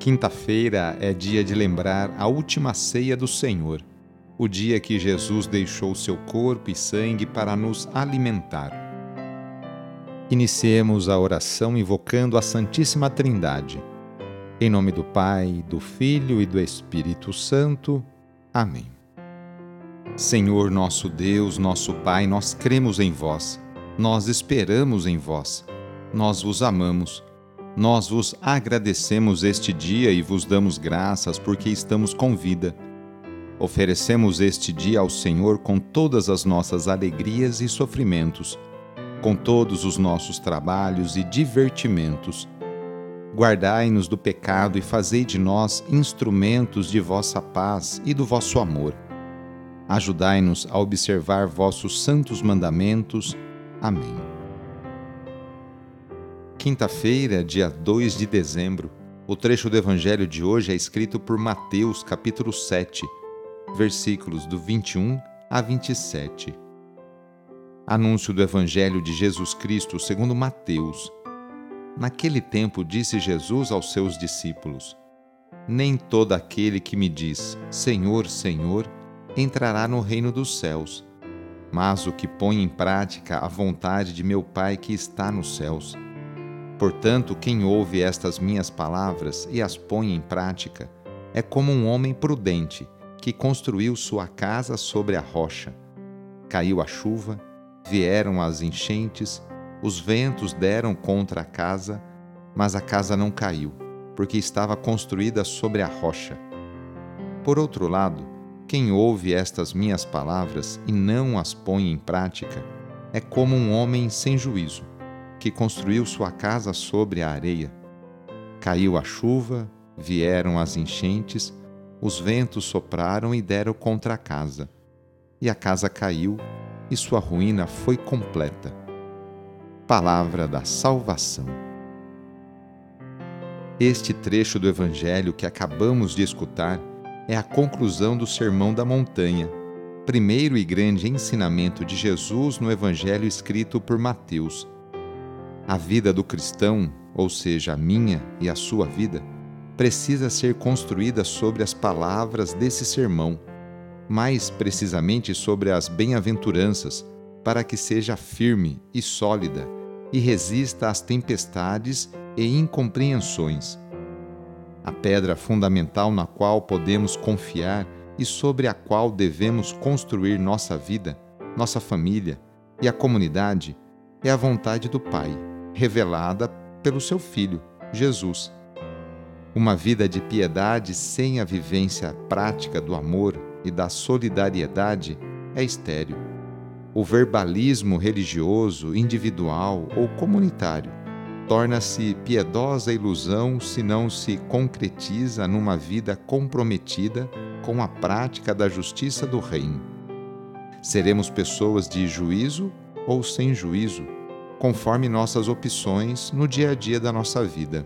Quinta-feira é dia de lembrar a última ceia do Senhor, o dia que Jesus deixou seu corpo e sangue para nos alimentar. Iniciemos a oração invocando a Santíssima Trindade. Em nome do Pai, do Filho e do Espírito Santo. Amém. Senhor nosso Deus, nosso Pai, nós cremos em vós, nós esperamos em vós, nós vos amamos. Nós vos agradecemos este dia e vos damos graças porque estamos com vida. Oferecemos este dia ao Senhor com todas as nossas alegrias e sofrimentos, com todos os nossos trabalhos e divertimentos. Guardai-nos do pecado e fazei de nós instrumentos de vossa paz e do vosso amor. Ajudai-nos a observar vossos santos mandamentos. Amém. Quinta-feira, dia 2 de dezembro, o trecho do Evangelho de hoje é escrito por Mateus, capítulo 7, versículos do 21 a 27. Anúncio do Evangelho de Jesus Cristo segundo Mateus. Naquele tempo disse Jesus aos seus discípulos: Nem todo aquele que me diz, Senhor, Senhor, entrará no reino dos céus, mas o que põe em prática a vontade de meu Pai que está nos céus. Portanto, quem ouve estas minhas palavras e as põe em prática é como um homem prudente que construiu sua casa sobre a rocha. Caiu a chuva, vieram as enchentes, os ventos deram contra a casa, mas a casa não caiu, porque estava construída sobre a rocha. Por outro lado, quem ouve estas minhas palavras e não as põe em prática é como um homem sem juízo, que construiu sua casa sobre a areia. Caiu a chuva, vieram as enchentes, os ventos sopraram e deram contra a casa. E a casa caiu, e sua ruína foi completa. Palavra da salvação. Este trecho do Evangelho que acabamos de escutar é a conclusão do Sermão da Montanha, primeiro e grande ensinamento de Jesus no Evangelho escrito por Mateus. A vida do cristão, ou seja, a minha e a sua vida, precisa ser construída sobre as palavras desse sermão, mais precisamente sobre as bem-aventuranças, para que seja firme e sólida e resista às tempestades e incompreensões. A pedra fundamental na qual podemos confiar e sobre a qual devemos construir nossa vida, nossa família e a comunidade é a vontade do Pai, revelada pelo seu Filho, Jesus. Uma vida de piedade sem a vivência prática do amor e da solidariedade é estéril. O verbalismo religioso, individual ou comunitário torna-se piedosa ilusão se não se concretiza numa vida comprometida com a prática da justiça do reino. Seremos pessoas de juízo ou sem juízo, conforme nossas opções no dia a dia da nossa vida.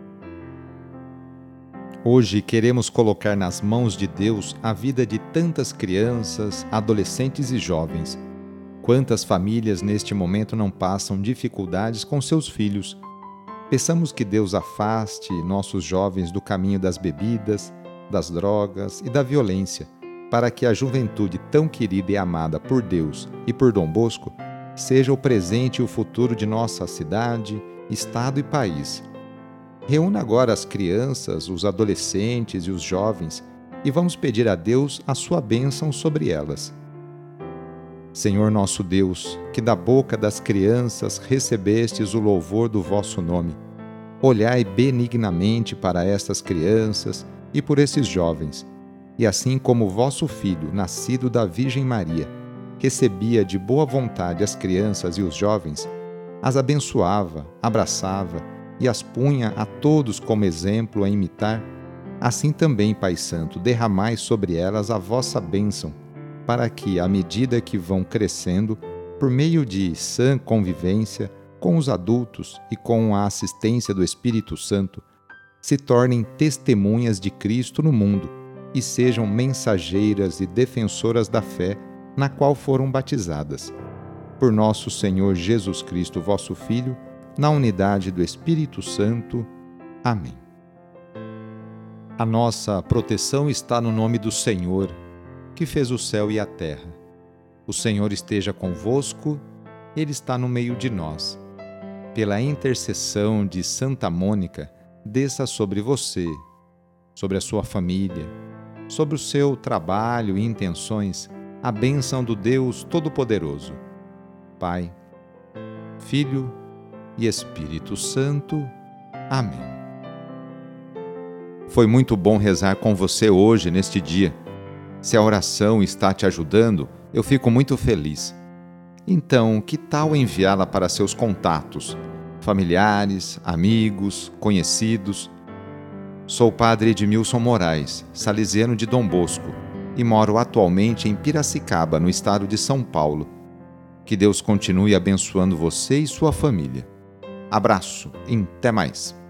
Hoje queremos colocar nas mãos de Deus a vida de tantas crianças, adolescentes e jovens. Quantas famílias neste momento não passam dificuldades com seus filhos? Peçamos que Deus afaste nossos jovens do caminho das bebidas, das drogas e da violência, para que a juventude tão querida e amada por Deus e por Dom Bosco seja o presente e o futuro de nossa cidade, estado e país. Reúna agora as crianças, os adolescentes e os jovens e vamos pedir a Deus a sua bênção sobre elas. Senhor nosso Deus, que da boca das crianças recebestes o louvor do vosso nome, olhai benignamente para estas crianças e por esses jovens, e assim como vosso Filho, nascido da Virgem Maria, recebia de boa vontade as crianças e os jovens, as abençoava, abraçava e as punha a todos como exemplo a imitar, assim também, Pai Santo, derramai sobre elas a vossa bênção, para que, à medida que vão crescendo, por meio de sã convivência com os adultos e com a assistência do Espírito Santo, se tornem testemunhas de Cristo no mundo e sejam mensageiras e defensoras da fé na qual foram batizadas. Por nosso Senhor Jesus Cristo, vosso Filho, na unidade do Espírito Santo. Amém. A nossa proteção está no nome do Senhor, que fez o céu e a terra. O Senhor esteja convosco, Ele está no meio de nós. Pela intercessão de Santa Mônica, desça sobre você, sobre a sua família, sobre o seu trabalho e intenções, a bênção do Deus Todo-Poderoso. Pai, Filho e Espírito Santo. Amém. Foi muito bom rezar com você hoje, neste dia. Se a oração está te ajudando, eu fico muito feliz. Então, que tal enviá-la para seus contatos, familiares, amigos, conhecidos? Sou o padre Edmilson Moraes, salesiano de Dom Bosco, e moro atualmente em Piracicaba, no estado de São Paulo. Que Deus continue abençoando você e sua família. Abraço e até mais.